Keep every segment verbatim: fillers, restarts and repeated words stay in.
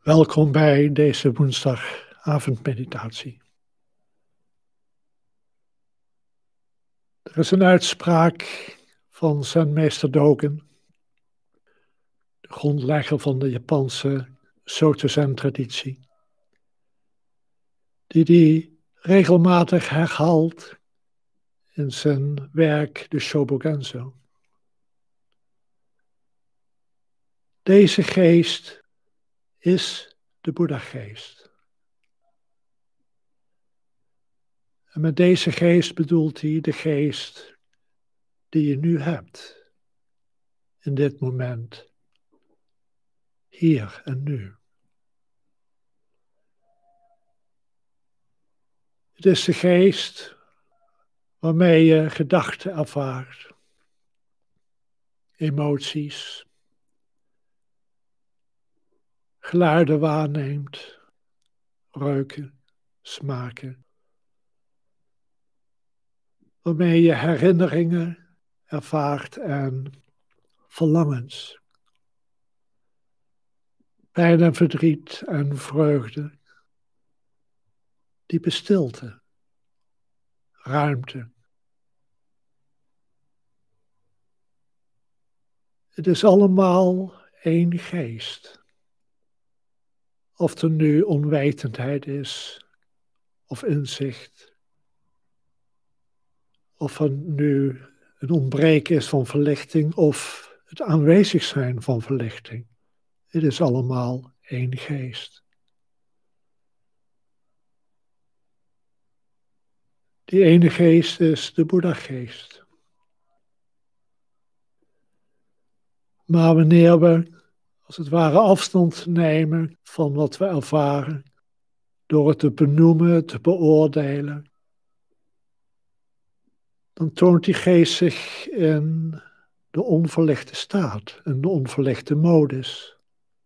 Welkom bij deze woensdagavondmeditatie. Er is een uitspraak van Zen-meester Dogen, de grondlegger van de Japanse Soto Zen-traditie, die die regelmatig herhaalt in zijn werk de Shobogenzo. Deze geest is de Boeddha-geest. En met deze geest bedoelt hij de geest die je nu hebt, in dit moment, hier en nu. Het is de geest waarmee je gedachten ervaart, emoties, geluiden waarneemt, reuken, smaken. Waarmee je herinneringen ervaart en verlangens. Pijn en verdriet en vreugde. Diepe stilte, ruimte. Het is allemaal één geest. Of er nu onwetendheid is, of inzicht. Of er nu een ontbreken is van verlichting, of het aanwezig zijn van verlichting. Het is allemaal één geest. Die ene geest is de Boeddha-geest. Maar wanneer we, als het ware, afstand nemen van wat we ervaren, door het te benoemen, te beoordelen, dan toont die geest zich in de onverlichte staat, in de onverlichte modus.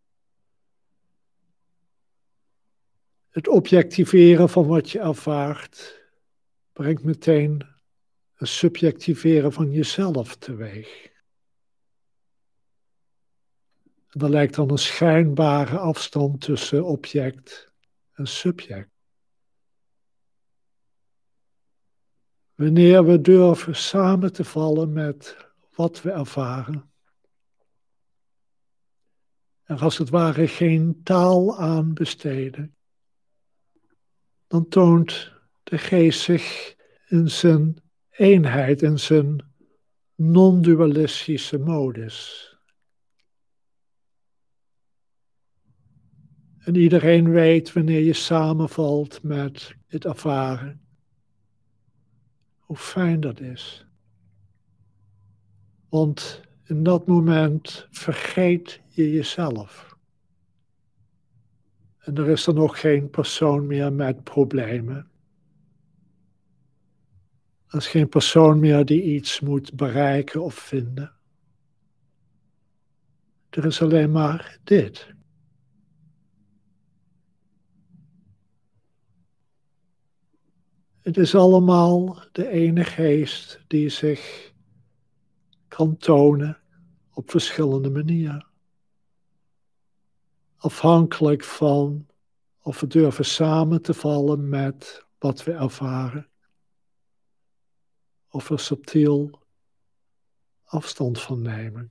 Het objectiveren van wat je ervaart brengt meteen een subjectiveren van jezelf teweeg. En er lijkt dan een schijnbare afstand tussen object en subject. Wanneer we durven samen te vallen met wat we ervaren, en als het ware geen taal aan besteden, dan toont de geest zich in zijn eenheid, in zijn non-dualistische modus. En iedereen weet wanneer je samenvalt met het ervaren, hoe fijn dat is. Want in dat moment vergeet je jezelf. En er is er nog geen persoon meer met problemen. Er is geen persoon meer die iets moet bereiken of vinden. Er is alleen maar dit. Het is allemaal de ene geest die zich kan tonen op verschillende manieren. Afhankelijk van of we durven samen te vallen met wat we ervaren. Of er subtiel afstand van nemen.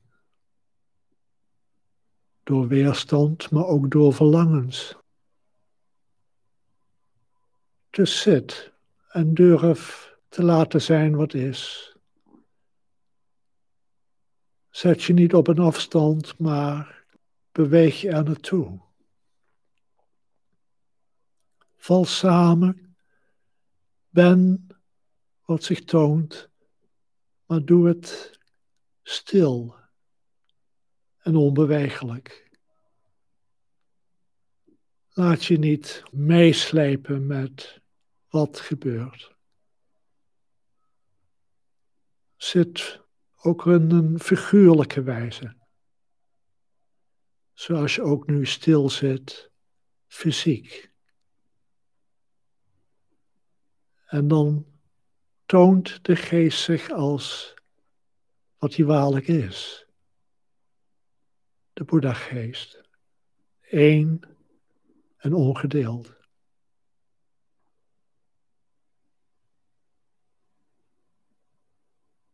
Door weerstand, maar ook door verlangens. Dus zit en durf te laten zijn wat is. Zet je niet op een afstand, maar beweeg je er naartoe. Val samen, ben wat zich toont, maar doe het stil en onbewegelijk. Laat je niet meeslepen met wat gebeurt. Zit ook in een figuurlijke wijze. Zoals je ook nu stil zit, fysiek. En dan toont de geest zich als wat hij waarlijk is. De Boeddha-geest. Eén en ongedeeld.